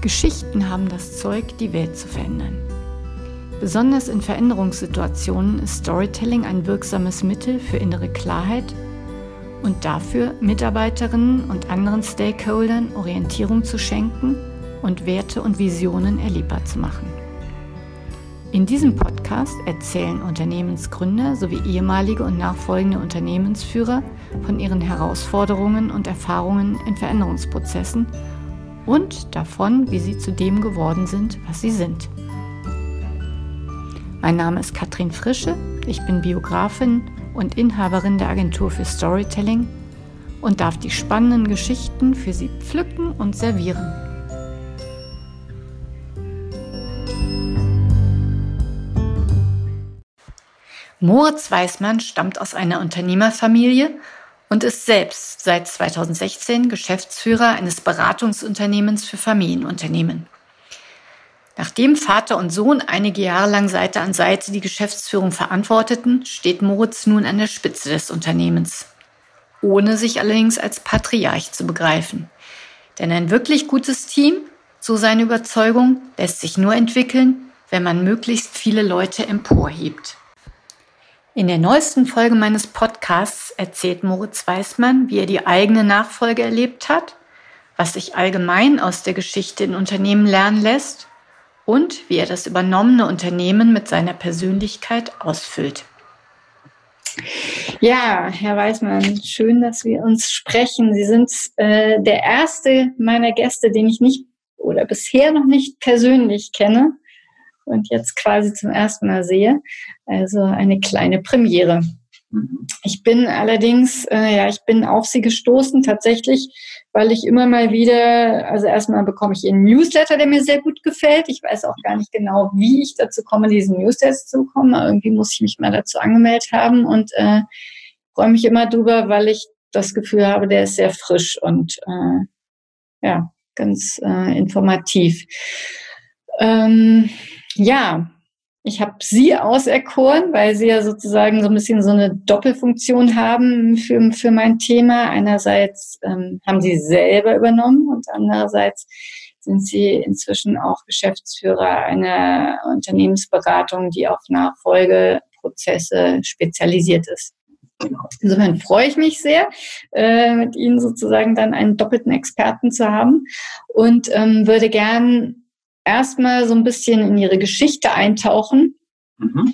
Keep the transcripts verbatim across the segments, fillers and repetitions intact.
Geschichten haben das Zeug, die Welt zu verändern. Besonders in Veränderungssituationen ist Storytelling ein wirksames Mittel für innere Klarheit und dafür, Mitarbeiterinnen und anderen Stakeholdern Orientierung zu schenken und Werte und Visionen erlebbar zu machen. In diesem Podcast erzählen Unternehmensgründer sowie ehemalige und nachfolgende Unternehmensführer von ihren Herausforderungen und Erfahrungen in Veränderungsprozessen und davon, wie sie zu dem geworden sind, was sie sind. Mein Name ist Katrin Frische, ich bin Biografin und Inhaberin der Agentur für Storytelling und darf die spannenden Geschichten für Sie pflücken und servieren. Moritz Weismann stammt aus einer Unternehmerfamilie und ist selbst seit zweitausendsechzehn Geschäftsführer eines Beratungsunternehmens für Familienunternehmen. Nachdem Vater und Sohn einige Jahre lang Seite an Seite die Geschäftsführung verantworteten, steht Moritz nun an der Spitze des Unternehmens, ohne sich allerdings als Patriarch zu begreifen. Denn ein wirklich gutes Team, so seine Überzeugung, lässt sich nur entwickeln, wenn man möglichst viele Leute emporhebt. In der neuesten Folge meines Podcasts erzählt Moritz Weismann, wie er die eigene Nachfolge erlebt hat, was sich allgemein aus der Geschichte in Unternehmen lernen lässt und wie er das übernommene Unternehmen mit seiner Persönlichkeit ausfüllt. Ja, Herr Weismann, schön, dass wir uns sprechen. Sie sind äh, der erste meiner Gäste, den ich nicht oder bisher noch nicht persönlich kenne und jetzt quasi zum ersten Mal sehe. Also eine kleine Premiere. Ich bin allerdings, äh, ja, ich bin auf Sie gestoßen tatsächlich, weil ich immer mal wieder, also erstmal bekomme ich Ihren Newsletter, der mir sehr gut gefällt. Ich weiß auch gar nicht genau, wie ich dazu komme, diesen Newsletter zu bekommen. Aber irgendwie muss ich mich mal dazu angemeldet haben und äh, freue mich immer drüber, weil ich das Gefühl habe, der ist sehr frisch und äh, ja, ganz äh, informativ. Ähm, ja, ich habe Sie auserkoren, weil Sie ja sozusagen so ein bisschen so eine Doppelfunktion haben für, für mein Thema. Einerseits ähm, haben Sie selber übernommen und andererseits sind Sie inzwischen auch Geschäftsführer einer Unternehmensberatung, die auf Nachfolgeprozesse spezialisiert ist. Insofern freue ich mich sehr, äh, mit Ihnen sozusagen dann einen doppelten Experten zu haben und ähm, würde gern erstmal so ein bisschen in Ihre Geschichte eintauchen. Mhm.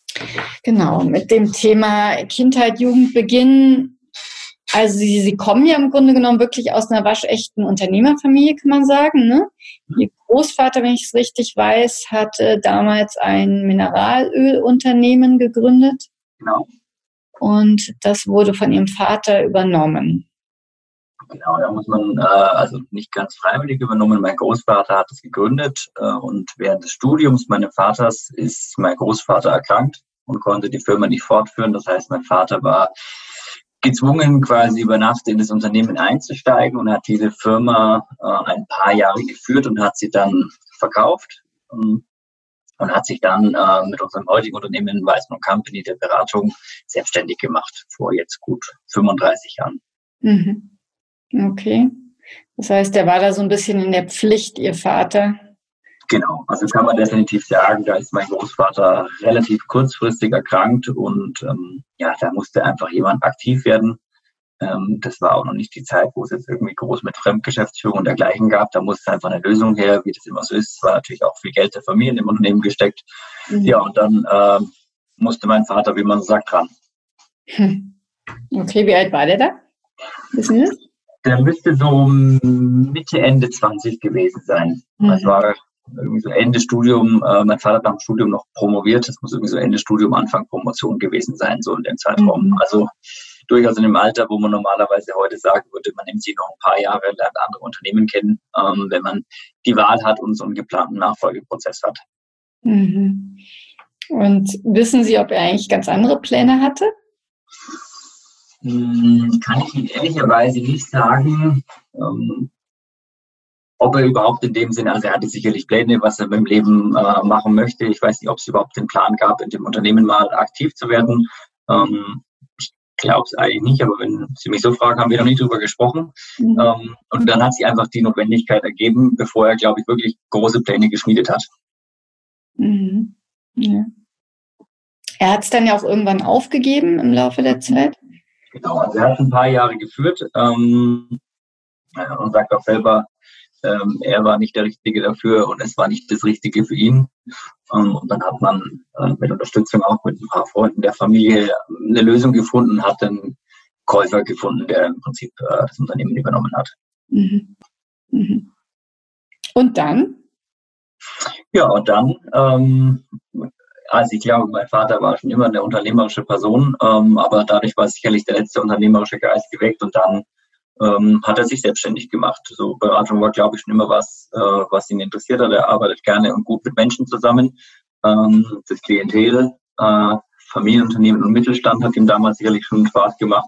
Genau, mit dem Thema Kindheit, Jugend, Beginn. Also Sie, Sie kommen ja im Grunde genommen wirklich aus einer waschechten Unternehmerfamilie, kann man sagen, ne? Mhm. Ihr Großvater, wenn ich es richtig weiß, hatte damals ein Mineralölunternehmen gegründet. Genau. Und das wurde von Ihrem Vater übernommen. Genau, da muss man, äh, also nicht ganz freiwillig übernommen. Mein Großvater hat es gegründet äh, und während des Studiums meines Vaters ist mein Großvater erkrankt und konnte die Firma nicht fortführen. Das heißt, mein Vater war gezwungen, quasi über Nacht in das Unternehmen einzusteigen und hat diese Firma äh, ein paar Jahre geführt und hat sie dann verkauft ähm, und hat sich dann äh, mit unserem heutigen Unternehmen Weismann Company der Beratung selbstständig gemacht, vor jetzt gut fünfunddreißig Jahren. Mhm. Okay. Das heißt, der war da so ein bisschen in der Pflicht, Ihr Vater? Genau, also kann man definitiv sagen, da ist mein Großvater relativ kurzfristig erkrankt und ähm, ja, da musste einfach jemand aktiv werden. Ähm, das war auch noch nicht die Zeit, wo es jetzt irgendwie groß mit Fremdgeschäftsführung und dergleichen gab. Da musste einfach eine Lösung her, wie das immer so ist. Es war natürlich auch viel Geld der Familie im Unternehmen gesteckt. Mhm. Ja, und dann äh, musste mein Vater, wie man so sagt, ran. Hm. Okay, wie alt war der da? Wissen Sie das? Der müsste so Mitte, Ende zwanzig gewesen sein. Mhm. Das war irgendwie so Ende Studium. Äh, mein Vater hat nach dem Studium noch promoviert. Das muss irgendwie so Ende Studium, Anfang Promotion gewesen sein, so in dem Zeitraum. Mhm. Also durchaus in dem Alter, wo man normalerweise heute sagen würde, man nimmt sich noch ein paar Jahre, lernt andere Unternehmen kennen, ähm, wenn man die Wahl hat und so einen geplanten Nachfolgeprozess hat. Mhm. Und wissen Sie, ob er eigentlich ganz andere Pläne hatte? Kann ich Ihnen ehrlicherweise nicht sagen, ähm, ob er überhaupt in dem Sinne, also er hatte sicherlich Pläne, was er beim Leben äh, machen möchte. Ich weiß nicht, ob es überhaupt den Plan gab, in dem Unternehmen mal aktiv zu werden. Ähm, ich glaube es eigentlich nicht, aber wenn Sie mich so fragen, haben wir noch nie drüber gesprochen. Mhm. Ähm, und dann hat sich einfach die Notwendigkeit ergeben, bevor er, glaube ich, wirklich große Pläne geschmiedet hat. Mhm. Ja. Er hat es dann ja auch irgendwann aufgegeben im Laufe der Zeit. Genau, also er hat ein paar Jahre geführt ähm, und sagt auch selber, ähm, er war nicht der Richtige dafür und es war nicht das Richtige für ihn. Ähm, und dann hat man äh, mit Unterstützung auch mit ein paar Freunden der Familie eine Lösung gefunden, hat einen Käufer gefunden, der im Prinzip äh, das Unternehmen übernommen hat. Mhm. Mhm. Und dann? Ja, und dann, ähm, also ich glaube, mein Vater war schon immer eine unternehmerische Person, ähm, aber dadurch war sicherlich der letzte unternehmerische Geist geweckt und dann ähm, hat er sich selbstständig gemacht. So Beratung war, glaube ich, schon immer was, äh, was ihn interessiert hat. Er arbeitet gerne und gut mit Menschen zusammen. Ähm, das Klientel, äh, Familienunternehmen und Mittelstand hat ihm damals sicherlich schon Spaß gemacht.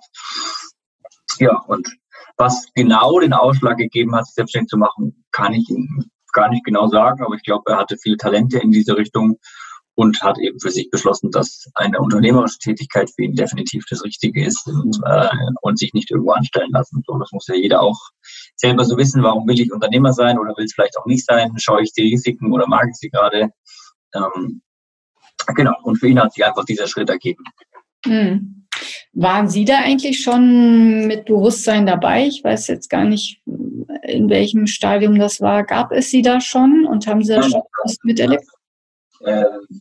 Ja, und was genau den Ausschlag gegeben hat, sich selbstständig zu machen, kann ich Ihnen gar nicht genau sagen, aber ich glaube, er hatte viele Talente in diese Richtung und hat eben für sich beschlossen, dass eine unternehmerische Tätigkeit für ihn definitiv das Richtige ist und, äh, und sich nicht irgendwo anstellen lassen. So, das muss ja jeder auch selber so wissen, warum will ich Unternehmer sein oder will es vielleicht auch nicht sein, schaue ich die Risiken oder mag ich sie gerade. Ähm, genau, und für ihn hat sich einfach dieser Schritt ergeben. Hm. Waren Sie da eigentlich schon mit Bewusstsein dabei? Ich weiß jetzt gar nicht, in welchem Stadium das war. Gab es Sie da schon und haben Sie das schon miterlebt? Ähm,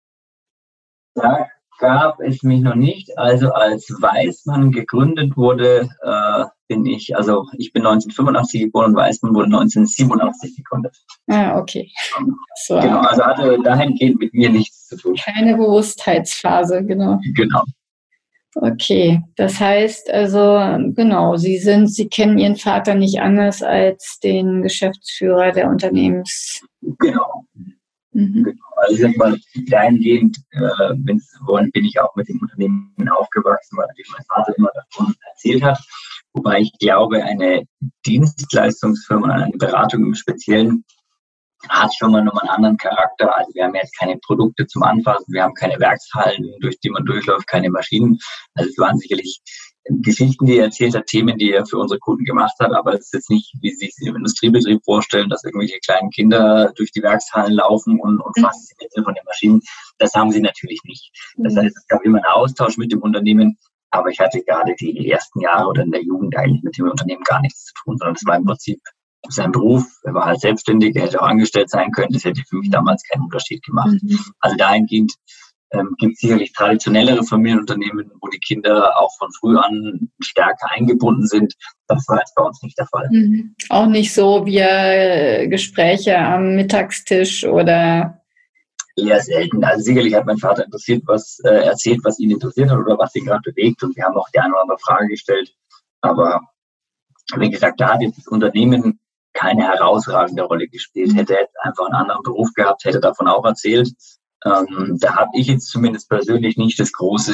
Da gab es mich noch nicht. Also als Weismann gegründet wurde, äh, bin ich, also ich bin neunzehnhundertfünfundachtzig geboren und Weismann wurde neunzehnhundertsiebenundachtzig gegründet. Ah, okay. So. Genau, also hatte dahingehend mit mir nichts zu tun. Keine Bewusstheitsphase, genau. Genau. Okay, das heißt also, genau, Sie sind, Sie kennen Ihren Vater nicht anders als den Geschäftsführer der Unternehmens. Genau. Mhm. Also ich sag mal, dahingehend, äh, wenn Sie wollen, bin ich auch mit dem Unternehmen aufgewachsen, weil natürlich mein Vater immer davon erzählt hat. Wobei ich glaube, eine Dienstleistungsfirma, eine Beratung im Speziellen, hat schon mal nochmal einen anderen Charakter. Also wir haben jetzt keine Produkte zum Anfassen, wir haben keine Werkshallen, durch die man durchläuft, keine Maschinen. Also es waren sicherlich Geschichten, die er erzählt hat, Themen, die er für unsere Kunden gemacht hat, aber es ist jetzt nicht, wie Sie sich im Industriebetrieb vorstellen, dass irgendwelche kleinen Kinder durch die Werkshallen laufen und, und fasziniert sind von den Maschinen. Das haben sie natürlich nicht. Das heißt, es gab immer einen Austausch mit dem Unternehmen, aber ich hatte gerade die ersten Jahre oder in der Jugend eigentlich mit dem Unternehmen gar nichts zu tun, sondern es war im Prinzip sein Beruf. Er war halt selbstständig, er hätte auch angestellt sein können, das hätte für mich damals keinen Unterschied gemacht. Mhm. Also dahingehend ähm, gibt es sicherlich traditionellere Familienunternehmen, wo die Kinder auch von früh an stärker eingebunden sind. Das war jetzt bei uns nicht der Fall. Mhm. Auch nicht so wie äh, Gespräche am Mittagstisch oder... Eher selten. Also sicherlich hat mein Vater interessiert, was äh, erzählt, was ihn interessiert hat oder was ihn gerade bewegt. Und wir haben auch die eine oder andere Frage gestellt. Aber wie gesagt, da hat jetzt das Unternehmen keine herausragende Rolle gespielt. Hätte er jetzt einfach einen anderen Beruf gehabt, hätte davon auch erzählt. Ähm, da habe ich jetzt zumindest persönlich nicht das große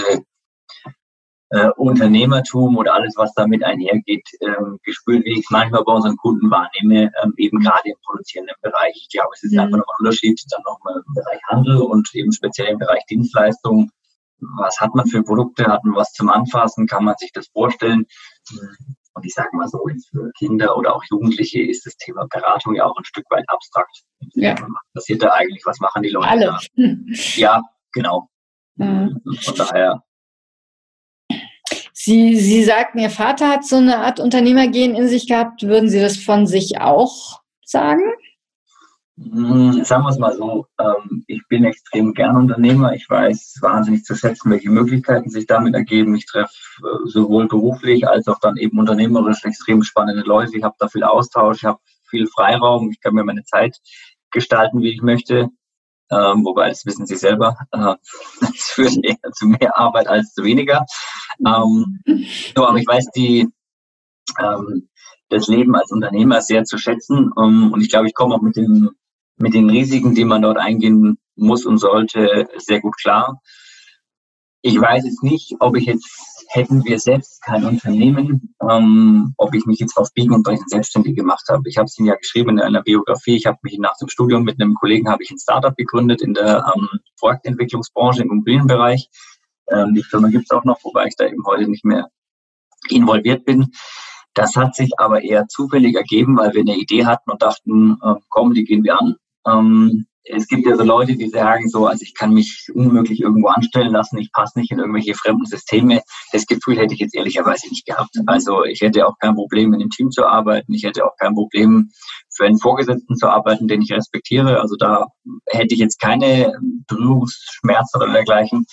äh, Unternehmertum oder alles, was damit einhergeht, ähm, gespürt, wie ich es manchmal bei unseren Kunden wahrnehme, ähm, eben gerade im produzierenden Bereich. Ich glaube, es ist mhm. einfach noch ein Unterschied, dann nochmal im Bereich Handel und eben speziell im Bereich Dienstleistung. Was hat man für Produkte? Hat man was zum Anfassen? Kann man sich das vorstellen? Und ich sage mal so, für Kinder oder auch Jugendliche ist das Thema Beratung ja auch ein Stück weit abstrakt. Ja. Was passiert da eigentlich? Was machen die Leute Alle. da? Ja, genau. Mhm. Von daher. Sie, Sie sagten, Ihr Vater hat so eine Art Unternehmergehen in sich gehabt. Würden Sie das von sich auch sagen? Hm, sagen wir es mal so, ähm, ich bin extrem gern Unternehmer. Ich weiß wahnsinnig zu schätzen, welche Möglichkeiten sich damit ergeben. Ich treffe äh, sowohl beruflich als auch dann eben unternehmerisch extrem spannende Leute. Ich habe da viel Austausch, ich habe viel Freiraum. Ich kann mir meine Zeit gestalten, wie ich möchte. Ähm, wobei, das wissen Sie selber, äh, das führt eher zu mehr Arbeit als zu weniger. Ähm, so, aber ich weiß die, ähm, das Leben als Unternehmer sehr zu schätzen. Um, und ich glaube, ich komme auch mit dem mit den Risiken, die man dort eingehen muss und sollte, sehr gut klar. Ich weiß jetzt nicht, ob ich jetzt, hätten wir selbst kein Unternehmen, ähm, ob ich mich jetzt auf Biegen und Brechen selbstständig gemacht habe. Ich habe es Ihnen ja geschrieben in einer Biografie. Ich habe mich nach dem Studium mit einem Kollegen habe ich ein Startup gegründet in der ähm, Projektentwicklungsbranche im Immobilienbereich. Ähm, die Firma gibt es auch noch, wobei ich da eben heute nicht mehr involviert bin. Das hat sich aber eher zufällig ergeben, weil wir eine Idee hatten und dachten, äh, komm, die gehen wir an. Ähm, es gibt ja so Leute, die sagen so, also ich kann mich unmöglich irgendwo anstellen lassen, ich passe nicht in irgendwelche fremden Systeme. Das Gefühl hätte ich jetzt ehrlicherweise nicht gehabt. Also ich hätte auch kein Problem, in einem Team zu arbeiten. Ich hätte auch kein Problem, für einen Vorgesetzten zu arbeiten, den ich respektiere. Also da hätte ich jetzt keine Berührungsschmerzen oder dergleichen.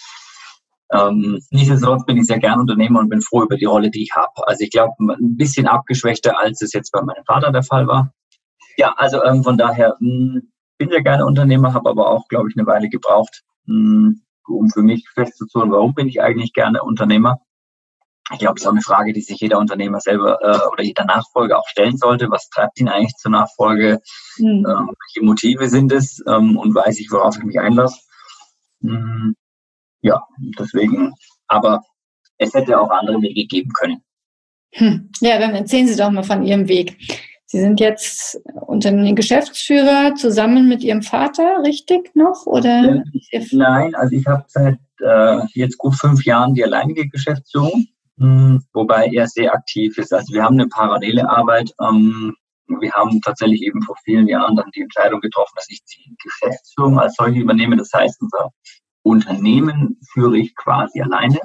Ähm, nichtsdestotrotz bin ich sehr gern Unternehmer und bin froh über die Rolle, die ich habe. Also ich glaube, ein bisschen abgeschwächter, als es jetzt bei meinem Vater der Fall war. Ja, also ähm, von daher mh, bin ja gerne Unternehmer, habe aber auch, glaube ich, eine Weile gebraucht, mh, um für mich festzuzurren, warum bin ich eigentlich gerne Unternehmer. Ich glaube, es ist auch eine Frage, die sich jeder Unternehmer selber äh, oder jeder Nachfolger auch stellen sollte. Was treibt ihn eigentlich zur Nachfolge? Mhm. Ähm, welche Motive sind es? Ähm, und weiß ich, worauf ich mich einlasse? Mhm. Ja, deswegen, aber es hätte auch andere Wege geben können. Hm. Ja, dann erzählen Sie doch mal von Ihrem Weg. Sie sind jetzt Unternehmen-Geschäftsführer zusammen mit Ihrem Vater, richtig noch? Oder? Äh, nein, also ich habe seit äh, jetzt gut fünf Jahren die alleinige Geschäftsführung, mh, wobei er sehr aktiv ist. Also wir haben eine parallele Arbeit. Ähm, wir haben tatsächlich eben vor vielen Jahren dann die Entscheidung getroffen, dass ich die Geschäftsführung als solche übernehme. Das heißt, unser Unternehmen führe ich quasi alleine.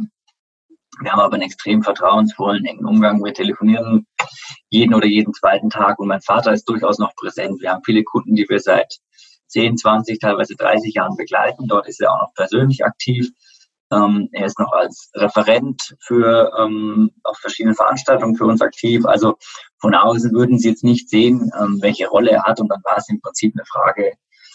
Wir haben aber einen extrem vertrauensvollen, engen Umgang. Wir telefonieren jeden oder jeden zweiten Tag und mein Vater ist durchaus noch präsent. Wir haben viele Kunden, die wir seit zehn, zwanzig, teilweise dreißig Jahren begleiten. Dort ist er auch noch persönlich aktiv. Ähm, er ist noch als Referent für ähm, auf verschiedenen Veranstaltungen für uns aktiv. Also von außen würden Sie jetzt nicht sehen, ähm, welche Rolle er hat und dann war es im Prinzip eine Frage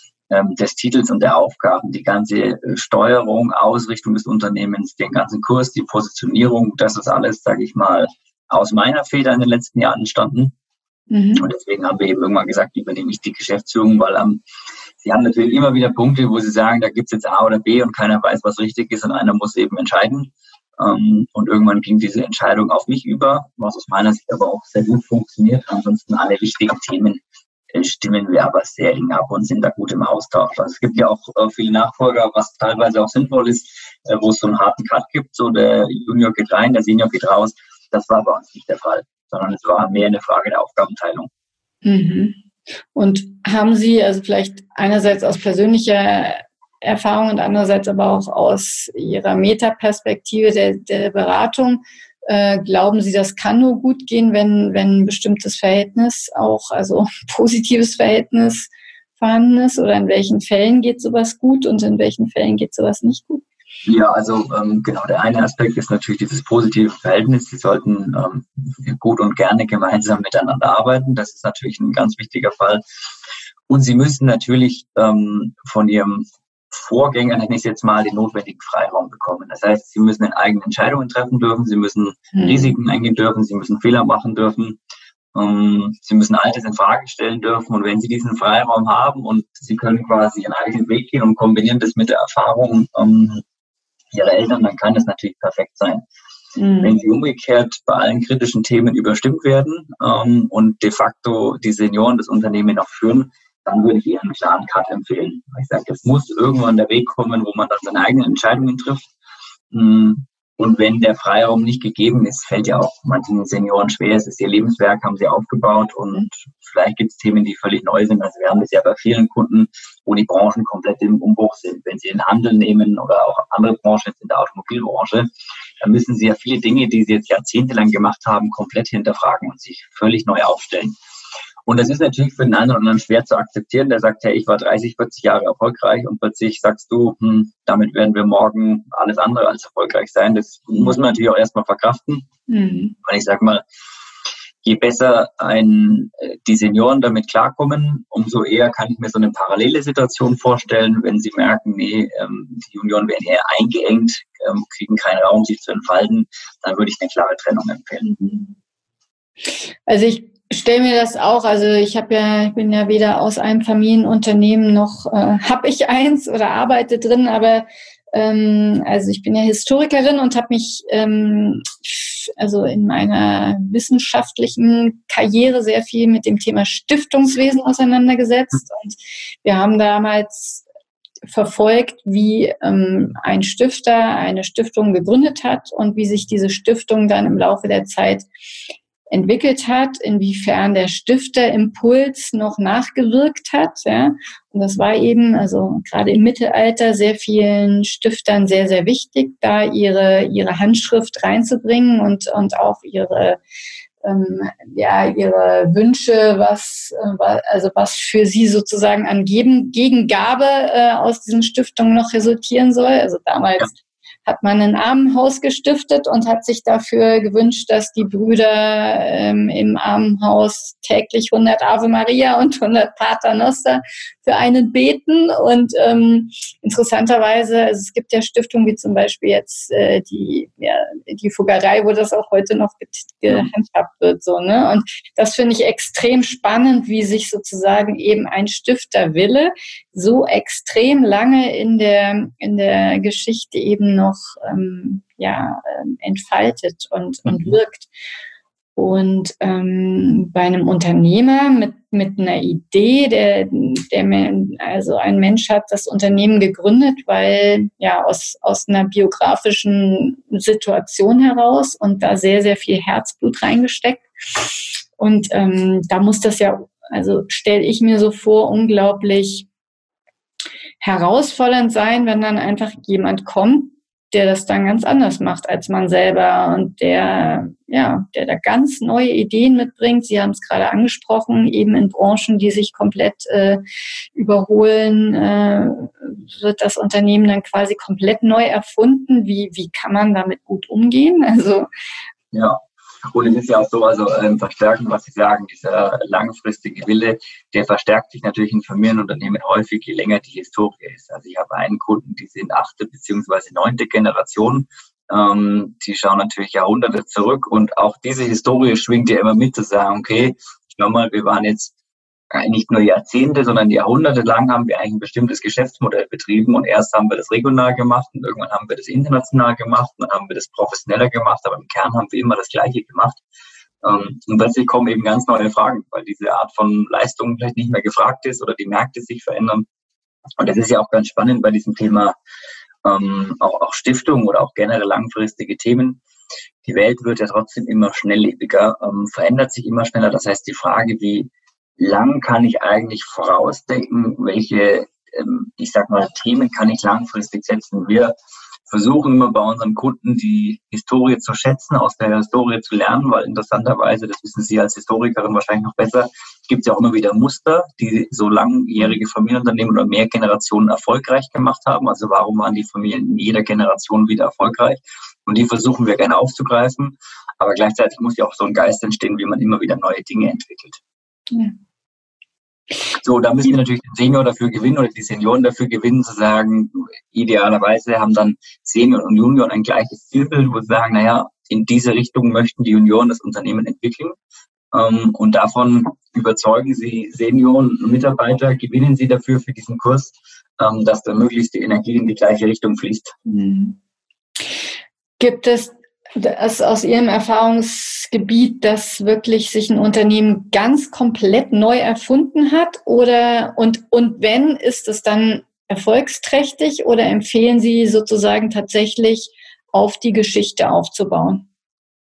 des Titels und der Aufgaben, die ganze Steuerung, Ausrichtung des Unternehmens, den ganzen Kurs, die Positionierung, das ist alles, sage ich mal, aus meiner Feder in den letzten Jahren entstanden. Mhm. Und deswegen haben wir eben irgendwann gesagt, übernehme ich die Geschäftsführung, weil ähm, sie haben natürlich immer wieder Punkte, wo sie sagen, da gibt's jetzt A oder B und keiner weiß, was richtig ist und einer muss eben entscheiden. Ähm, und irgendwann ging diese Entscheidung auf mich über, was aus meiner Sicht aber auch sehr gut funktioniert. Ansonsten alle wichtigen Themen stimmen wir aber sehr eng ab und sind da gut im Austausch. Also es gibt ja auch äh, viele Nachfolger, was teilweise auch sinnvoll ist, äh, wo es so einen harten Cut gibt, so der Junior geht rein, der Senior geht raus. Das war bei uns nicht der Fall, sondern es war mehr eine Frage der Aufgabenteilung. Mhm. Und haben Sie, also vielleicht einerseits aus persönlicher Erfahrung und andererseits aber auch aus Ihrer Metaperspektive der, der Beratung, Äh, glauben Sie, das kann nur gut gehen, wenn, wenn ein bestimmtes Verhältnis auch, also positives Verhältnis vorhanden ist? Oder in welchen Fällen geht sowas gut und in welchen Fällen geht sowas nicht gut? Ja, also ähm, genau, der eine Aspekt ist natürlich dieses positive Verhältnis. Sie sollten ähm, gut und gerne gemeinsam miteinander arbeiten. Das ist natürlich ein ganz wichtiger Fall. Und Sie müssen natürlich ähm, von Ihrem Vorgänger, nenne ich es jetzt mal, den notwendigen Freiraum bekommen. Das heißt, Sie müssen eigene Entscheidungen treffen dürfen, Sie müssen mhm. Risiken eingehen dürfen, Sie müssen Fehler machen dürfen, ähm, Sie müssen Altes in Frage stellen dürfen. Und wenn Sie diesen Freiraum haben und Sie können quasi Ihren eigenen Weg gehen und kombinieren das mit der Erfahrung ähm, Ihrer Eltern, dann kann das natürlich perfekt sein. Mhm. Wenn Sie umgekehrt bei allen kritischen Themen überstimmt werden ähm, und de facto die Senioren das Unternehmen noch führen, dann würde ich eher einen klaren Cut empfehlen. Ich sage, es muss irgendwann der Weg kommen, wo man dann seine eigenen Entscheidungen trifft. Und wenn der Freiraum nicht gegeben ist, fällt ja auch manchen Senioren schwer. Es ist ihr Lebenswerk, haben sie aufgebaut und vielleicht gibt es Themen, die völlig neu sind. Also wir haben das ja bei vielen Kunden, wo die Branchen komplett im Umbruch sind. Wenn sie den Handel nehmen oder auch andere Branchen, jetzt in der Automobilbranche, dann müssen sie ja viele Dinge, die sie jetzt jahrzehntelang gemacht haben, komplett hinterfragen und sich völlig neu aufstellen. Und das ist natürlich für den einen oder anderen schwer zu akzeptieren. Der sagt, hey, ich war dreißig, vierzig Jahre erfolgreich und plötzlich sagst du, hm, damit werden wir morgen alles andere als erfolgreich sein. Das muss man natürlich auch erstmal verkraften. Mhm. Und ich sag mal, je besser ein, die Senioren damit klarkommen, umso eher kann ich mir so eine parallele Situation vorstellen, wenn sie merken, nee, ähm, die Junioren werden eher eingeengt, ähm, kriegen keinen Raum, sich zu entfalten, dann würde ich eine klare Trennung empfehlen. Also ich stelle mir das auch, also ich habe ja, ich bin ja weder aus einem Familienunternehmen noch äh, habe ich eins oder arbeite drin, aber ähm, also ich bin ja Historikerin und habe mich ähm, also in meiner wissenschaftlichen Karriere sehr viel mit dem Thema Stiftungswesen auseinandergesetzt und wir haben damals verfolgt, wie ähm, ein Stifter eine Stiftung gegründet hat und wie sich diese Stiftung dann im Laufe der Zeit entwickelt hat, inwiefern der Stifterimpuls noch nachgewirkt hat. Ja. Und das war eben, also gerade im Mittelalter, sehr vielen Stiftern sehr, sehr wichtig, da ihre, ihre Handschrift reinzubringen und, und auch ihre, ähm, ja, ihre Wünsche, was, äh, also was für sie sozusagen an Geben, Gegengabe äh, aus diesen Stiftungen noch resultieren soll. Also damals ja. hat man ein Armenhaus gestiftet und hat sich dafür gewünscht, dass die Brüder ähm, im Armenhaus täglich hundert Ave Maria und hundert Pater Noster für einen beten. Und ähm, interessanterweise, also es gibt ja Stiftungen wie zum Beispiel jetzt äh, die, ja, die Fuggerei, wo das auch heute noch gehandhabt wird. So, ne? Und das finde ich extrem spannend, wie sich sozusagen eben ein Stifterwille so extrem lange in der, in der Geschichte eben noch ähm, ja, ähm, entfaltet und, und wirkt. Und ähm, bei einem Unternehmer mit, mit einer Idee, der, der also ein Mensch hat das Unternehmen gegründet, weil ja aus, aus einer biografischen Situation heraus und da sehr, sehr viel Herzblut reingesteckt. Und ähm, da muss das ja, also stelle ich mir so vor, unglaublich herausfordernd sein, wenn dann einfach jemand kommt, der das dann ganz anders macht als man selber und der, ja, der da ganz neue Ideen mitbringt. Sie haben es gerade angesprochen, eben in Branchen, die sich komplett äh, überholen, äh, wird das Unternehmen dann quasi komplett neu erfunden. Wie, wie kann man damit gut umgehen? Also, ja. Und es ist ja auch so, also ähm, verstärken, was Sie sagen, dieser langfristige Wille, der verstärkt sich natürlich in Familienunternehmen häufig, je länger die Historie ist. Also ich habe einen Kunden, die sind achte beziehungsweise neunte Generation. Ähm, die schauen natürlich Jahrhunderte zurück und auch diese Historie schwingt ja immer mit, zu sagen, okay, schau mal, wir waren jetzt nicht nur Jahrzehnte, sondern Jahrhunderte lang haben wir eigentlich ein bestimmtes Geschäftsmodell betrieben und erst haben wir das regional gemacht und irgendwann haben wir das international gemacht und dann haben wir das professioneller gemacht, aber im Kern haben wir immer das Gleiche gemacht. Und plötzlich kommen eben ganz neue Fragen, weil diese Art von Leistung vielleicht nicht mehr gefragt ist oder die Märkte sich verändern. Und das ist ja auch ganz spannend bei diesem Thema ähm, auch, auch Stiftung oder auch generell langfristige Themen. Die Welt wird ja trotzdem immer schnelllebiger, ähm, verändert sich immer schneller. Das heißt, die Frage, wie lang kann ich eigentlich vorausdenken, welche, ähm, ich sag mal, Themen kann ich langfristig setzen. Wir versuchen immer bei unseren Kunden die Historie zu schätzen, aus der Historie zu lernen, weil interessanterweise, das wissen Sie als Historikerin wahrscheinlich noch besser, gibt es ja auch immer wieder Muster, die so langjährige Familienunternehmen oder mehr Generationen erfolgreich gemacht haben. Also warum waren die Familien in jeder Generation wieder erfolgreich? Und die versuchen wir gerne aufzugreifen. Aber gleichzeitig muss ja auch so ein Geist entstehen, wie man immer wieder neue Dinge entwickelt. Ja. So, da müssen wir natürlich den Senior dafür gewinnen oder die Senioren dafür gewinnen, zu sagen, idealerweise haben dann Senior und Junior ein gleiches Zielbild, wo sie sagen, naja, in diese Richtung möchten die Junioren das Unternehmen entwickeln. Ähm, und davon überzeugen sie Senioren und Mitarbeiter, gewinnen sie dafür für diesen Kurs, ähm, dass da möglichst die Energie in die gleiche Richtung fließt. Mhm. Gibt es das aus Ihrem Erfahrungsgebiet, dass wirklich sich ein Unternehmen ganz komplett neu erfunden hat? Oder und, und wenn, ist es dann erfolgsträchtig oder empfehlen Sie sozusagen tatsächlich auf die Geschichte aufzubauen?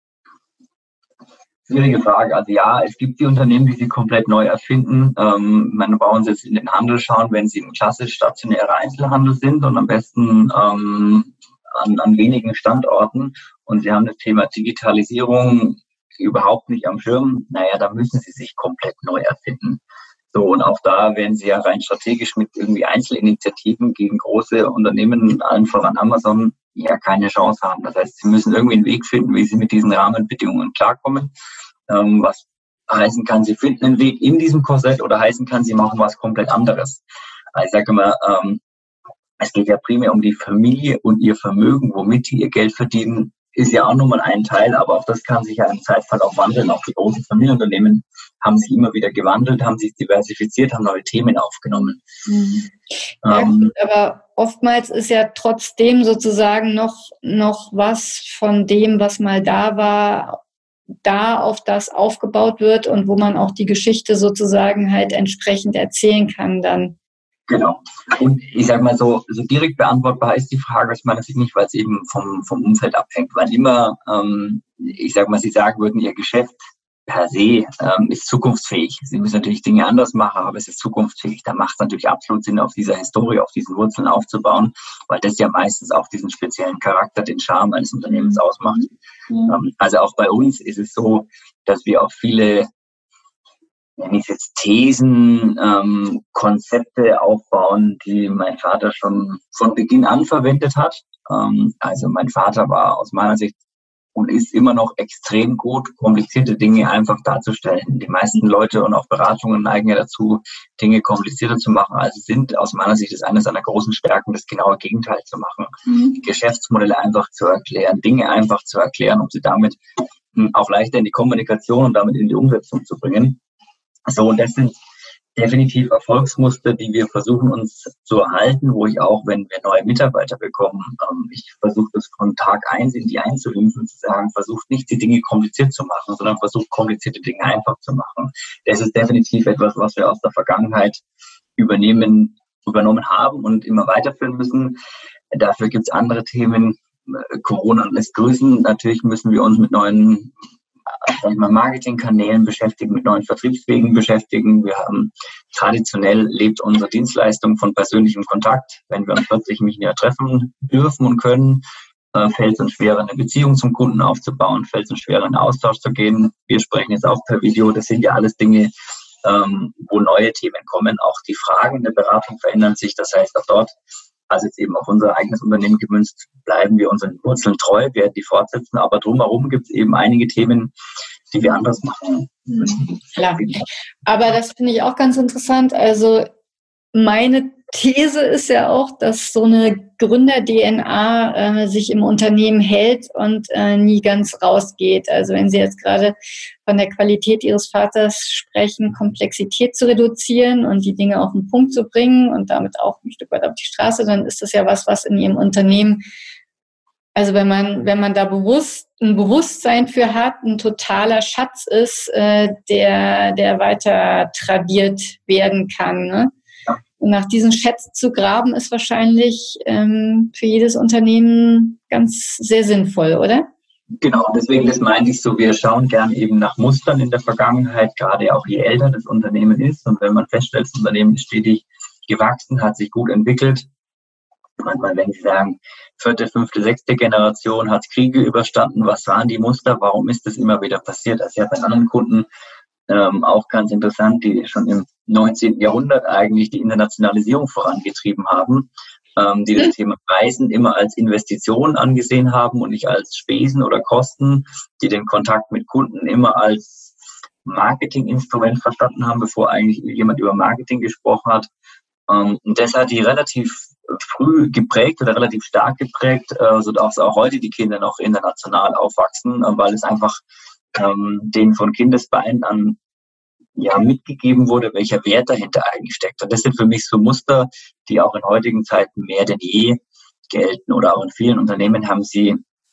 Schwierige Frage. Also ja, es gibt die Unternehmen, die sie komplett neu erfinden. Ähm, man brauchen Sie jetzt in den Handel schauen, wenn Sie im klassisch stationären Einzelhandel sind und am besten ähm, an, an wenigen Standorten und Sie haben das Thema Digitalisierung überhaupt nicht am Schirm, naja, da müssen Sie sich komplett neu erfinden. So, und auch da werden Sie ja rein strategisch mit irgendwie Einzelinitiativen gegen große Unternehmen, allen voran Amazon, ja keine Chance haben. Das heißt, Sie müssen irgendwie einen Weg finden, wie Sie mit diesen Rahmenbedingungen klarkommen. Ähm, was heißen kann, Sie finden einen Weg in diesem Korsett oder heißen kann, Sie machen was komplett anderes. Also ich sage immer, ähm, es geht ja primär um die Familie und ihr Vermögen, womit die ihr Geld verdienen, ist ja auch nochmal ein Teil, aber auch das kann sich ja im Zeitfall auch wandeln. Auch die großen Familienunternehmen haben sich immer wieder gewandelt, haben sich diversifiziert, haben neue Themen aufgenommen. Mhm. Ja, ähm, gut, aber oftmals ist ja trotzdem sozusagen noch, noch was von dem, was mal da war, da auf das aufgebaut wird und wo man auch die Geschichte sozusagen halt entsprechend erzählen kann dann. Genau. Und ich sage mal so, so direkt beantwortbar ist die Frage aus meiner Sicht nicht, weil es eben vom, vom Umfeld abhängt. Weil immer, ähm, ich sage mal, Sie sagen würden, Ihr Geschäft per se ähm, ist zukunftsfähig. Sie müssen natürlich Dinge anders machen, aber es ist zukunftsfähig. Da macht es natürlich absolut Sinn, auf dieser Historie, auf diesen Wurzeln aufzubauen, weil das ja meistens auch diesen speziellen Charakter, den Charme eines Unternehmens ausmacht. Mhm. Ähm, also auch bei uns ist es so, dass wir auf viele, wenn ich jetzt Thesen, ähm, Konzepte aufbauen, die mein Vater schon von Beginn an verwendet hat. Ähm, also mein Vater war aus meiner Sicht und ist immer noch extrem gut, komplizierte Dinge einfach darzustellen. Die meisten Leute und auch Beratungen neigen ja dazu, Dinge komplizierter zu machen, als sie sind. Aus meiner Sicht ist eines seiner großen Stärken, das genaue Gegenteil zu machen. Mhm. Geschäftsmodelle einfach zu erklären, Dinge einfach zu erklären, um sie damit auch leichter in die Kommunikation und damit in die Umsetzung zu bringen. So, und das sind definitiv Erfolgsmuster, die wir versuchen uns zu erhalten, wo ich auch, wenn wir neue Mitarbeiter bekommen, ähm, ich versuche das von Tag eins in die einzuimpfen, zu sagen, versucht nicht die Dinge kompliziert zu machen, sondern versucht komplizierte Dinge einfach zu machen. Das ist definitiv etwas, was wir aus der Vergangenheit übernehmen, übernommen haben und immer weiterführen müssen. Dafür gibt es andere Themen. Corona lässt grüßen. Natürlich müssen wir uns mit neuen Marketingkanälen beschäftigen, mit neuen Vertriebswegen beschäftigen. Wir haben traditionell lebt unsere Dienstleistung von persönlichem Kontakt. Wenn wir uns plötzlich nicht mehr treffen dürfen und können, äh, fällt es uns schwerer, eine Beziehung zum Kunden aufzubauen, fällt es uns schwerer, in den Austausch zu gehen. Wir sprechen jetzt auch per Video. Das sind ja alles Dinge, ähm, wo neue Themen kommen. Auch die Fragen in der Beratung verändern sich. Das heißt, auch dort, also jetzt eben auf unser eigenes Unternehmen gemünzt, bleiben wir unseren Wurzeln treu, werden die fortsetzen. Aber drumherum gibt es eben einige Themen, die wir anders machen müssen. Klar. Aber das finde ich auch ganz interessant. Also meine These ist ja auch, dass so eine Gründer-D N A äh, sich im Unternehmen hält und äh, nie ganz rausgeht. Also wenn Sie jetzt gerade von der Qualität Ihres Vaters sprechen, Komplexität zu reduzieren und die Dinge auf den Punkt zu bringen und damit auch ein Stück weit auf die Straße, dann ist das ja was, was in Ihrem Unternehmen, also wenn man wenn man da bewusst ein Bewusstsein für hat, ein totaler Schatz ist, äh, der der weiter tradiert werden kann, ne? Und nach diesen Schätzen zu graben, ist wahrscheinlich ähm, für jedes Unternehmen ganz sehr sinnvoll, oder? Genau, deswegen, das meinte ich so, wir schauen gern eben nach Mustern in der Vergangenheit, gerade auch je älter das Unternehmen ist. Und wenn man feststellt, das Unternehmen ist stetig gewachsen, hat sich gut entwickelt. Manchmal, wenn Sie sagen, vierte, fünfte, sechste Generation hat Kriege überstanden, was waren die Muster, warum ist das immer wieder passiert? Also ich habe bei anderen Kunden Ähm, auch ganz interessant, die schon im neunzehnten Jahrhundert eigentlich die Internationalisierung vorangetrieben haben, ähm, die das Thema Reisen immer als Investition angesehen haben und nicht als Spesen oder Kosten, die den Kontakt mit Kunden immer als Marketinginstrument verstanden haben, bevor eigentlich jemand über Marketing gesprochen hat. Ähm, und das hat die relativ früh geprägt oder relativ stark geprägt, äh, sodass auch heute die Kinder noch international aufwachsen, äh, weil es einfach Ähm, denen von Kindesbeinen an ja mitgegeben wurde, welcher Wert dahinter eigentlich steckt. Und das sind für mich so Muster, die auch in heutigen Zeiten mehr denn je gelten. Oder auch in vielen Unternehmen haben sie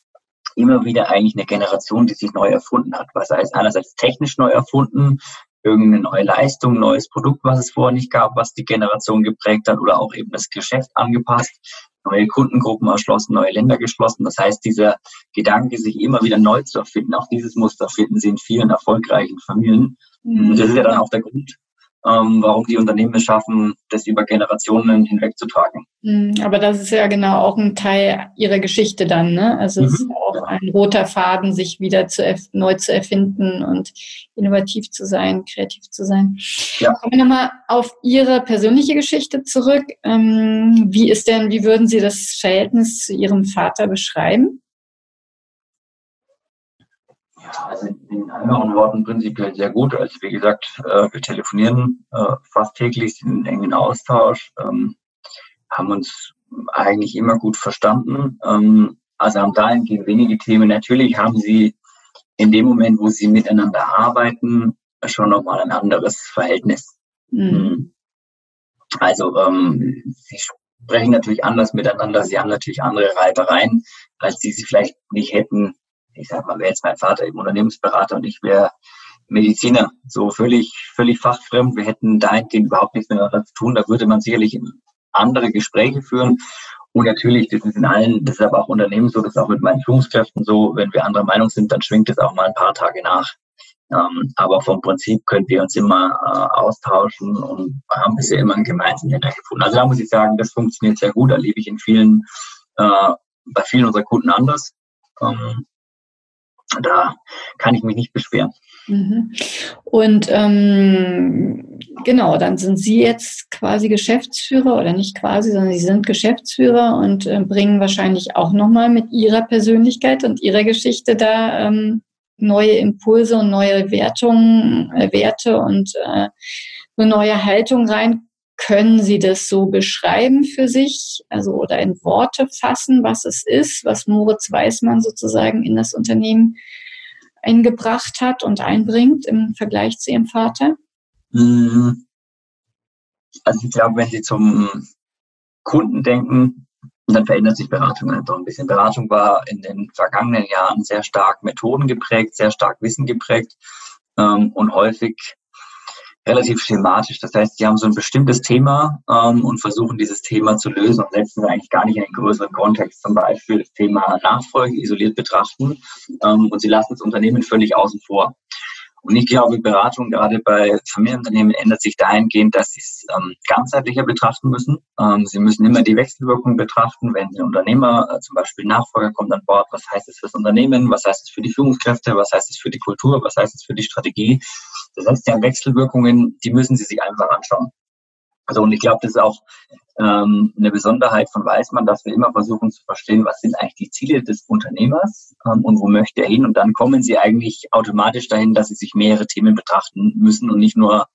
immer wieder eigentlich eine Generation, die sich neu erfunden hat. Was heißt einerseits technisch neu erfunden, irgendeine neue Leistung, neues Produkt, was es vorher nicht gab, was die Generation geprägt hat, oder auch eben das Geschäft angepasst, neue Kundengruppen erschlossen, neue Länder geschlossen. Das heißt, dieser Gedanke, sich immer wieder neu zu erfinden, auch dieses Muster finden Sie in vielen erfolgreichen Familien. Mhm. Das ist ja dann auch der Grund, ähm, warum die Unternehmen es schaffen, das über Generationen hinweg zu tragen. Aber das ist ja genau auch ein Teil ihrer Geschichte dann, ne? Also mhm. es ist auch ein roter Faden, sich wieder zu erf- neu zu erfinden und innovativ zu sein, kreativ zu sein. Ja. Kommen wir nochmal auf Ihre persönliche Geschichte zurück. Ähm, wie ist denn, wie würden Sie das Verhältnis zu Ihrem Vater beschreiben? Ja, also in anderen Worten prinzipiell sehr gut. Also wie gesagt, äh, wir telefonieren äh, fast täglich, sind in engen Austausch, ähm, haben uns eigentlich immer gut verstanden. Ähm, also haben dahingehend wenige Themen. Natürlich haben sie in dem Moment, wo sie miteinander arbeiten, schon nochmal ein anderes Verhältnis. Mhm. Also ähm, sie sprechen natürlich anders miteinander, sie haben natürlich andere Reibereien, als die sie vielleicht nicht hätten. Ich sag mal, wäre jetzt mein Vater eben Unternehmensberater und ich wäre Mediziner, so völlig, völlig fachfremd. Wir hätten dahingehend überhaupt nichts miteinander zu tun. Da würde man sicherlich andere Gespräche führen. Und natürlich, das ist in allen, das ist aber auch Unternehmen so, das ist auch mit meinen Führungskräften so, wenn wir anderer Meinung sind, dann schwingt es auch mal ein paar Tage nach. Ähm, aber vom Prinzip können wir uns immer äh, austauschen und haben bisher immer einen gemeinsamen Nenner gefunden. Also da muss ich sagen, das funktioniert sehr gut. Da lebe ich in vielen, äh, bei vielen unserer Kunden anders. Ähm, da kann ich mich nicht beschweren. Mhm. Und ähm, genau, dann sind Sie jetzt quasi Geschäftsführer oder nicht quasi, sondern Sie sind Geschäftsführer und äh, bringen wahrscheinlich auch nochmal mit Ihrer Persönlichkeit und Ihrer Geschichte da ähm, neue Impulse und neue Wertungen, äh, Werte und äh, eine neue Haltung rein. Können Sie das so beschreiben für sich, also oder in Worte fassen, was es ist, was Moritz Weismann sozusagen in das Unternehmen eingebracht hat und einbringt im Vergleich zu Ihrem Vater? Also ich glaube, wenn Sie zum Kunden denken, dann verändert sich Beratung einfach ein bisschen. Beratung war in den vergangenen Jahren sehr stark Methoden geprägt, sehr stark Wissen geprägt ähm, und häufig relativ schematisch. Das heißt, die haben so ein bestimmtes Thema ähm, und versuchen, dieses Thema zu lösen und setzen es eigentlich gar nicht in einen größeren Kontext. Zum Beispiel das Thema Nachfolge isoliert betrachten ähm, und sie lassen das Unternehmen völlig außen vor. Und ich glaube, Beratung gerade bei Familienunternehmen ändert sich dahingehend, dass sie es ähm, ganzheitlicher betrachten müssen. Ähm, sie müssen immer die Wechselwirkung betrachten, wenn ein Unternehmer, äh, zum Beispiel Nachfolger, kommt an Bord. Was heißt es für das Unternehmen? Was heißt es für die Führungskräfte? Was heißt es für die Kultur? Was heißt es für die Strategie? Das heißt, ja, Wechselwirkungen, die müssen sie sich einfach anschauen. Also, und ich glaube, das ist auch ähm, eine Besonderheit von Weismann, dass wir immer versuchen zu verstehen, was sind eigentlich die Ziele des Unternehmers ähm, und wo möchte er hin. Und dann kommen sie eigentlich automatisch dahin, dass sie sich mehrere Themen betrachten müssen und nicht nur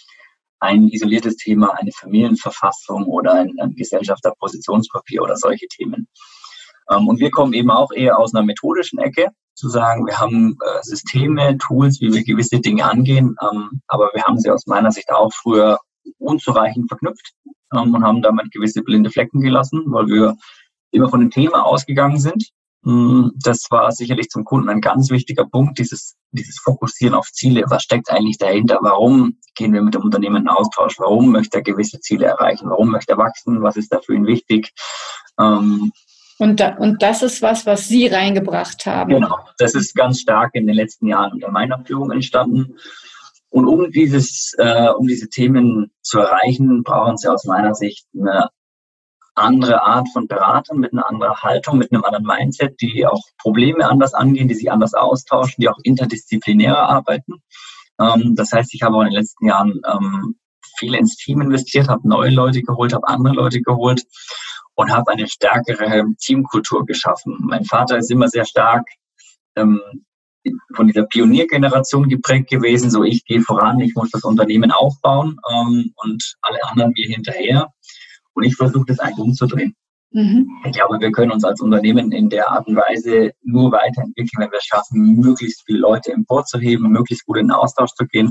ein isoliertes Thema, eine Familienverfassung oder ein, ein Gesellschafterpositionspapier oder solche Themen. Ähm, und wir kommen eben auch eher aus einer methodischen Ecke, zu sagen, wir haben äh, Systeme, Tools, wie wir gewisse Dinge angehen, ähm, aber wir haben sie aus meiner Sicht auch früher unzureichend verknüpft ähm, und haben damit gewisse blinde Flecken gelassen, weil wir immer von dem Thema ausgegangen sind. Mm, das war sicherlich zum Kunden ein ganz wichtiger Punkt, dieses, dieses Fokussieren auf Ziele. Was steckt eigentlich dahinter? Warum gehen wir mit dem Unternehmen in Austausch? Warum möchte er gewisse Ziele erreichen? Warum möchte er wachsen? Was ist da für ihn wichtig? Ähm, Und, da, und das ist was, was Sie reingebracht haben. Genau, das ist ganz stark in den letzten Jahren unter meiner Führung entstanden. Und um dieses, äh, um diese Themen zu erreichen, brauchen Sie aus meiner Sicht eine andere Art von Beratern mit einer anderen Haltung, mit einem anderen Mindset, die auch Probleme anders angehen, die sich anders austauschen, die auch interdisziplinärer arbeiten. Ähm, das heißt, ich habe auch in den letzten Jahren ähm, viel ins Team investiert, habe neue Leute geholt, habe andere Leute geholt und habe eine stärkere Teamkultur geschaffen. Mein Vater ist immer sehr stark ähm, von dieser Pioniergeneration geprägt gewesen, so ich gehe voran, ich muss das Unternehmen aufbauen ähm, und alle anderen mir hinterher. Und ich versuche das eigentlich umzudrehen. Mhm. Ich glaube, wir können uns als Unternehmen in der Art und Weise nur weiterentwickeln, wenn wir es schaffen, möglichst viele Leute emporzuheben, möglichst gut in den Austausch zu gehen.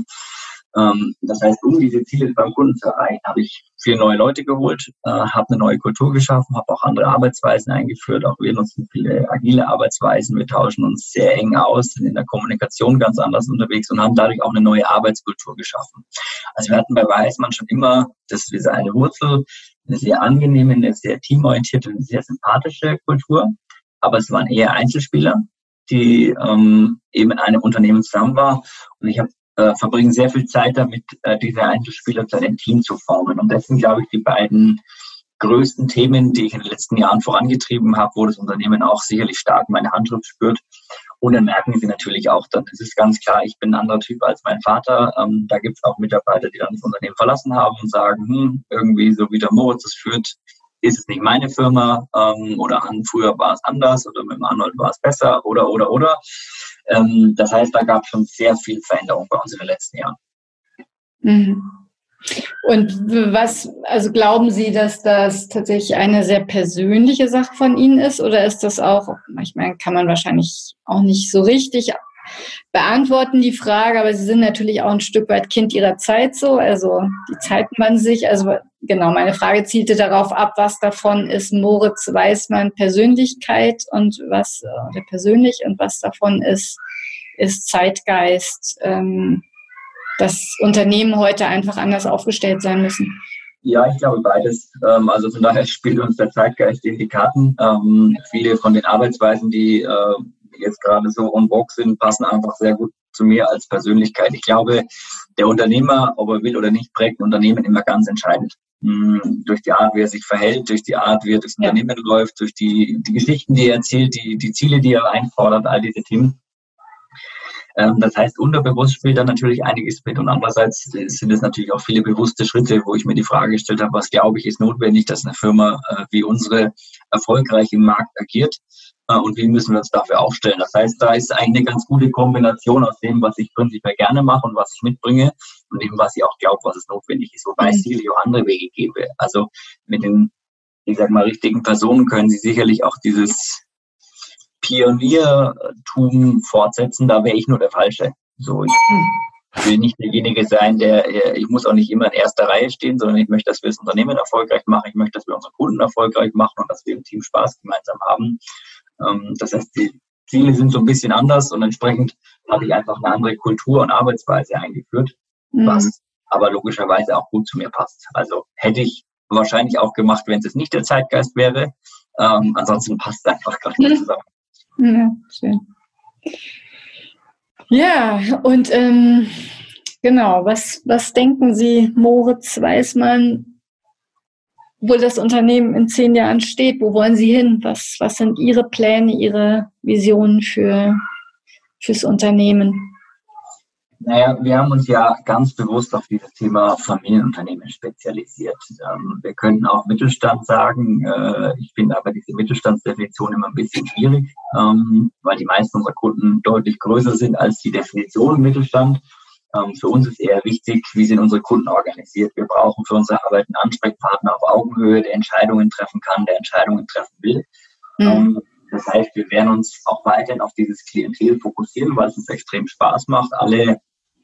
Das heißt, um diese Ziele beim Kunden zu erreichen, habe ich vier neue Leute geholt, äh, habe eine neue Kultur geschaffen, habe auch andere Arbeitsweisen eingeführt. Auch wir nutzen viele agile Arbeitsweisen. Wir tauschen uns sehr eng aus, sind in der Kommunikation ganz anders unterwegs und haben dadurch auch eine neue Arbeitskultur geschaffen. Also wir hatten bei Weismann schon immer, das ist eine Wurzel, eine sehr angenehme, eine sehr teamorientierte, eine sehr sympathische Kultur. Aber es waren eher Einzelspieler, die ähm, eben in einem Unternehmen zusammen waren. Und ich habe Äh, verbringen sehr viel Zeit damit, äh, diese Einzelspieler zu einem Team zu formen. Und das sind, glaube ich, die beiden größten Themen, die ich in den letzten Jahren vorangetrieben habe, wo das Unternehmen auch sicherlich stark meine Handschrift spürt. Und dann merken sie natürlich auch, dann ist es ganz klar, ich bin ein anderer Typ als mein Vater. Ähm, da gibt es auch Mitarbeiter, die dann das Unternehmen verlassen haben und sagen, hm, irgendwie so wie der Moritz es führt, ist es nicht meine Firma ähm, oder an, früher war es anders oder mit dem Arnold war es besser oder, oder, oder. Ähm, das heißt, da gab es schon sehr viel Veränderung bei uns in den letzten Jahren. Mhm. Und was, also glauben Sie, dass das tatsächlich eine sehr persönliche Sache von Ihnen ist oder ist das auch, ich meine, kann man wahrscheinlich auch nicht so richtig beantworten, die Frage, aber Sie sind natürlich auch ein Stück weit Kind Ihrer Zeit so, also die Zeiten wandeln sich, also genau, meine Frage zielte darauf ab, was davon ist Moritz Weismann Persönlichkeit und was, oder persönlich und was davon ist ist Zeitgeist, ähm, dass Unternehmen heute einfach anders aufgestellt sein müssen? Ja, ich glaube beides. Ähm, also von daher spielt uns der Zeitgeist in die Karten. Ähm, viele von den Arbeitsweisen, die äh, jetzt gerade so on vogue sind, passen einfach sehr gut zu mir als Persönlichkeit. Ich glaube, der Unternehmer, ob er will oder nicht, prägt ein Unternehmen immer ganz entscheidend. Mhm. Durch die Art, wie er sich verhält, durch die Art, wie er durchs ja. Unternehmen läuft, durch die, die Geschichten, die er erzählt, die, die Ziele, die er einfordert, all diese Themen. Ähm, das heißt, unterbewusst spielt da natürlich einiges mit und andererseits sind es natürlich auch viele bewusste Schritte, wo ich mir die Frage gestellt habe, was glaube ich ist notwendig, dass eine Firma äh, wie unsere erfolgreich im Markt agiert äh, und wie müssen wir uns dafür aufstellen. Das heißt, da ist eigentlich eine ganz gute Kombination aus dem, was ich prinzipiell gerne mache und was ich mitbringe und dem, was ich auch glaube, was es notwendig ist, wobei es sicherlich auch andere Wege gäbe. Also mit den, ich sag mal, richtigen Personen können Sie sicherlich auch dieses Pioniertum fortsetzen, da wäre ich nur der Falsche. So, ich will nicht derjenige sein, der, ich muss auch nicht immer in erster Reihe stehen, sondern ich möchte, dass wir das Unternehmen erfolgreich machen, ich möchte, dass wir unsere Kunden erfolgreich machen und dass wir im Team Spaß gemeinsam haben. Das heißt, die Ziele sind so ein bisschen anders und entsprechend habe ich einfach eine andere Kultur und Arbeitsweise eingeführt, mhm. was aber logischerweise auch gut zu mir passt. Also hätte ich wahrscheinlich auch gemacht, wenn es nicht der Zeitgeist wäre. Ähm, ansonsten passt es einfach gar nicht zusammen. Ja, schön. Ja, und ähm, genau, was, was denken Sie, Moritz Weismann, wo das Unternehmen in zehn Jahren steht? Wo wollen Sie hin? Was, was sind Ihre Pläne, Ihre Visionen für, fürs Unternehmen? Naja, wir haben uns ja ganz bewusst auf dieses Thema Familienunternehmen spezialisiert. Ähm, wir könnten auch Mittelstand sagen. Äh, ich finde aber diese Mittelstandsdefinition immer ein bisschen schwierig, ähm, weil die meisten unserer Kunden deutlich größer sind als die Definition Mittelstand. Ähm, für uns ist eher wichtig, wie sind unsere Kunden organisiert. Wir brauchen für unsere Arbeit einen Ansprechpartner auf Augenhöhe, der Entscheidungen treffen kann, der Entscheidungen treffen will. Mhm. Ähm, das heißt, wir werden uns auch weiterhin auf dieses Klientel fokussieren, weil es uns extrem Spaß macht. Alle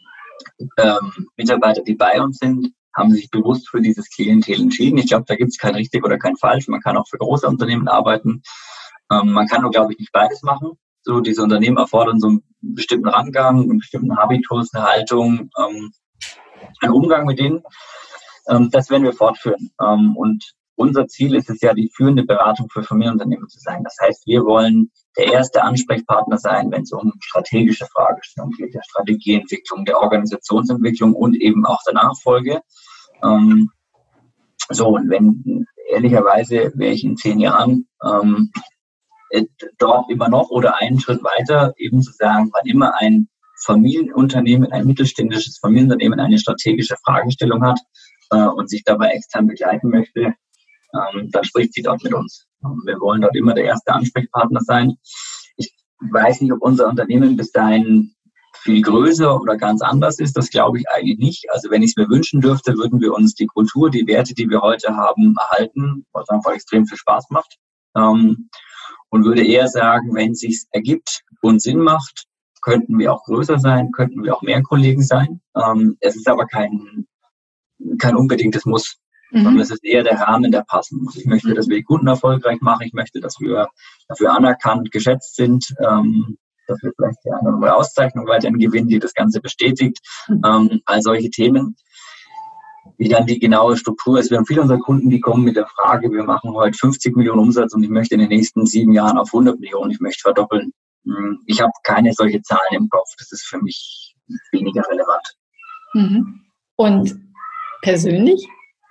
ähm, Mitarbeiter, die bei uns sind, haben sich bewusst für dieses Klientel entschieden. Ich glaube, da gibt es kein richtig oder kein falsch. Man kann auch für große Unternehmen arbeiten. Ähm, man kann nur, glaube ich, nicht beides machen. So, diese Unternehmen erfordern so einen bestimmten Rangang, einen bestimmten Habitus, eine Haltung, ähm, einen Umgang mit denen. Ähm, das werden wir fortführen. Ähm, und unser Ziel ist es ja, die führende Beratung für Familienunternehmen zu sein. Das heißt, wir wollen der erste Ansprechpartner sein, wenn es um strategische Fragestellungen geht, der Strategieentwicklung, der Organisationsentwicklung und eben auch der Nachfolge. Ähm, so, und wenn, ehrlicherweise, wäre ich in zehn Jahren ähm, dort immer noch oder einen Schritt weiter, eben zu sagen, wann immer ein Familienunternehmen, ein mittelständisches Familienunternehmen eine strategische Fragestellung hat äh, und sich dabei extern begleiten möchte, ähm, dann spricht sie dort mit uns. Wir wollen dort immer der erste Ansprechpartner sein. Ich weiß nicht, ob unser Unternehmen bis dahin viel größer oder ganz anders ist. Das glaube ich eigentlich nicht. Also wenn ich es mir wünschen dürfte, würden wir uns die Kultur, die Werte, die wir heute haben, erhalten, was einfach extrem viel Spaß macht. Ähm, und würde eher sagen, wenn es sich ergibt und Sinn macht, könnten wir auch größer sein, könnten wir auch mehr Kollegen sein. Ähm, es ist aber kein, kein unbedingtes Muss. Mhm. Sondern es ist eher der Rahmen, der passen muss. Ich möchte, dass wir die Kunden erfolgreich machen. Ich möchte, dass wir dafür anerkannt, geschätzt sind, ähm, dass wir vielleicht die eine oder andere Auszeichnung weiterhin gewinnen, die das Ganze bestätigt. Mhm. Ähm, all solche Themen. Wie dann die genaue Struktur ist. Wir haben viele unserer Kunden, die kommen mit der Frage, wir machen heute fünfzig Millionen Umsatz und ich möchte in den nächsten sieben Jahren auf hundert Millionen, ich möchte verdoppeln. Ich habe keine solche Zahlen im Kopf. Das ist für mich weniger relevant. Mhm. Und persönlich?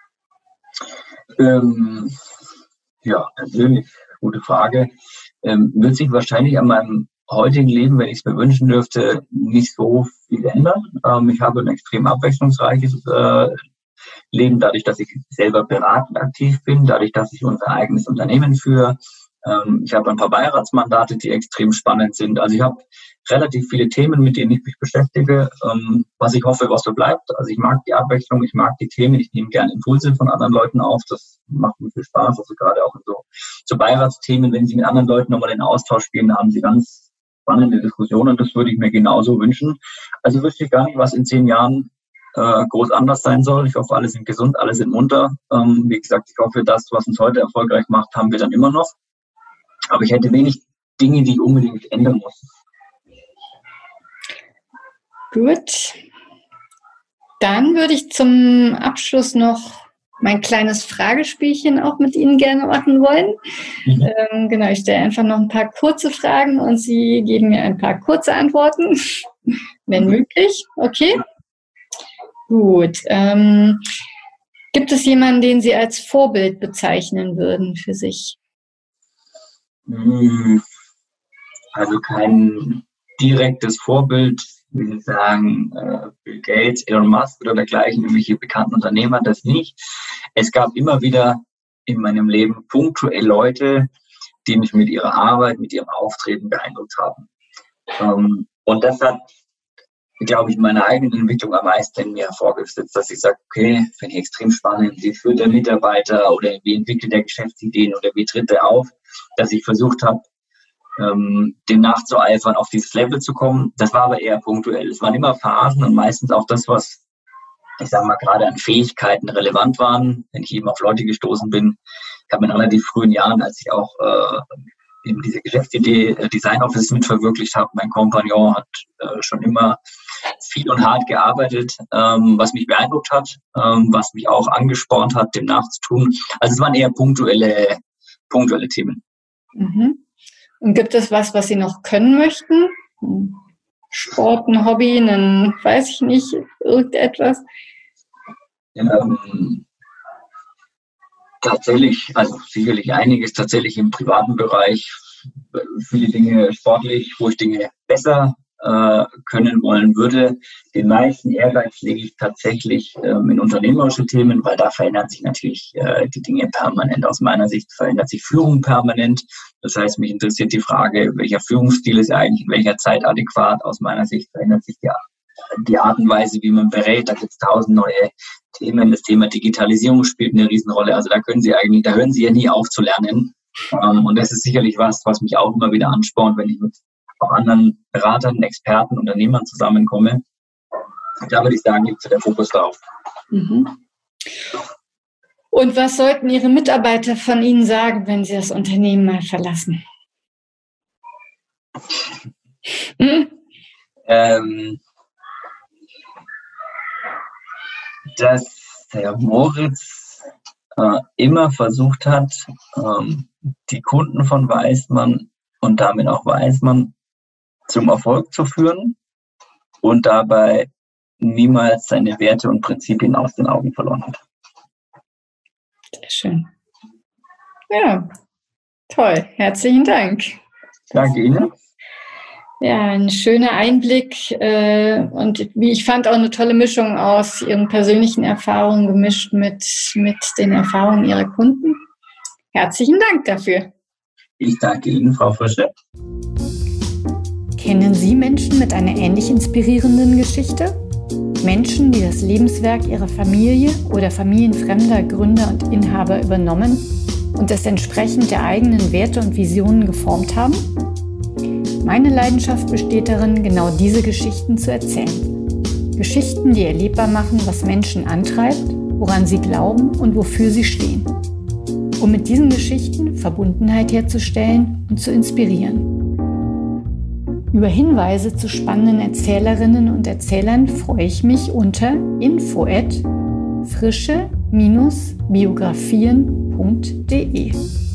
Ähm, ja, persönlich, gute Frage. Ähm, wird sich wahrscheinlich an meinem heutigen Leben, wenn ich es mir wünschen dürfte, nicht so viel ändern. Ähm, ich habe ein extrem abwechslungsreiches äh, Leben, dadurch, dass ich selber beratend aktiv bin, dadurch, dass ich unser eigenes Unternehmen führe. Ähm, ich habe ein paar Beiratsmandate, die extrem spannend sind. Also ich habe relativ viele Themen, mit denen ich mich beschäftige, ähm, was ich hoffe, was so bleibt. Also ich mag die Abwechslung, ich mag die Themen, ich nehme gerne Impulse von anderen Leuten auf, das macht mir viel Spaß. Also gerade auch in so, so Beiratsthemen, wenn Sie mit anderen Leuten nochmal in den Austausch gehen, da haben Sie ganz spannende Diskussionen, das würde ich mir genauso wünschen. Also wüsste ich gar nicht, was in zehn Jahren äh, groß anders sein soll. Ich hoffe, alle sind gesund, alle sind munter. Ähm, wie gesagt, ich hoffe, das, was uns heute erfolgreich macht, haben wir dann immer noch. Aber ich hätte wenig Dinge, die ich unbedingt ändern muss. Gut. Dann würde ich zum Abschluss noch mein kleines Fragespielchen auch mit Ihnen gerne machen wollen. Mhm. Ähm, genau, ich stelle einfach noch ein paar kurze Fragen und Sie geben mir ein paar kurze Antworten, wenn möglich. Okay? Gut. Ähm, gibt es jemanden, den Sie als Vorbild bezeichnen würden für sich? Also kein direktes Vorbild, wie Sie sagen, Bill Gates, Elon Musk oder dergleichen, irgendwelche bekannten Unternehmer, das nicht. Es gab immer wieder in meinem Leben punktuell Leute, die mich mit ihrer Arbeit, mit ihrem Auftreten beeindruckt haben. Und das hat, glaube ich, meine eigene Entwicklung am meisten in mir hervorgesetzt, dass ich sage, okay, finde ich extrem spannend, wie führt der Mitarbeiter oder wie entwickelt der Geschäftsideen oder wie tritt er auf, dass ich versucht habe, ähm, dem nachzueifern, auf dieses Level zu kommen. Das war aber eher punktuell. Es waren immer Phasen und meistens auch das, was, ich sage mal, gerade an Fähigkeiten relevant waren, wenn ich eben auf Leute gestoßen bin. Ich habe in relativ frühen Jahren, als ich auch äh, eben diese Geschäftsidee äh, Design Office mit verwirklicht habe, mein Kompagnon hat äh, schon immer viel und hart gearbeitet, ähm, was mich beeindruckt hat, ähm, was mich auch angespornt hat, dem nachzutun. Also es waren eher punktuelle, punktuelle Themen. Mhm. Und gibt es was, was Sie noch können möchten? Sport, ein Hobby, ein, weiß ich nicht, irgendetwas? Ähm, tatsächlich, also sicherlich einiges tatsächlich im privaten Bereich, viele Dinge sportlich, wo ich Dinge besser äh, können wollen würde. Den meisten Ehrgeiz lege ich tatsächlich ähm, in unternehmerische Themen, weil da verändern sich natürlich äh, die Dinge permanent. Aus meiner Sicht verändert sich Führung permanent. Das heißt, mich interessiert die Frage, welcher Führungsstil ist eigentlich in welcher Zeit adäquat. Aus meiner Sicht verändert sich die, die Art und Weise, wie man berät. Da gibt es tausend neue Themen. Das Thema Digitalisierung spielt eine Riesenrolle. Also da können Sie eigentlich, da hören Sie ja nie auf zu lernen. Ähm, und das ist sicherlich was, was mich auch immer wieder anspornt, wenn ich mit auch anderen Beratern, Experten, Unternehmern zusammenkomme. Da würde ich sagen, liegt so der Fokus drauf. Mhm. Und was sollten Ihre Mitarbeiter von Ihnen sagen, wenn Sie das Unternehmen mal verlassen? Hm? Ähm, dass der Moritz äh, immer versucht hat, ähm, die Kunden von Weismann und damit auch Weismann zum Erfolg zu führen und dabei niemals seine Werte und Prinzipien aus den Augen verloren hat. Sehr schön. Ja, toll. Herzlichen Dank. Danke Ihnen. Ja, ein schöner Einblick äh, und wie ich fand, auch eine tolle Mischung aus Ihren persönlichen Erfahrungen gemischt mit, mit den Erfahrungen Ihrer Kunden. Herzlichen Dank dafür. Ich danke Ihnen, Frau Frische. Kennen Sie Menschen mit einer ähnlich inspirierenden Geschichte? Menschen, die das Lebenswerk ihrer Familie oder familienfremder Gründer und Inhaber übernommen und es entsprechend der eigenen Werte und Visionen geformt haben? Meine Leidenschaft besteht darin, genau diese Geschichten zu erzählen. Geschichten, die erlebbar machen, was Menschen antreibt, woran sie glauben und wofür sie stehen. Um mit diesen Geschichten Verbundenheit herzustellen und zu inspirieren. Über Hinweise zu spannenden Erzählerinnen und Erzählern freue ich mich unter info at frische Bindestrich biografien punkt de.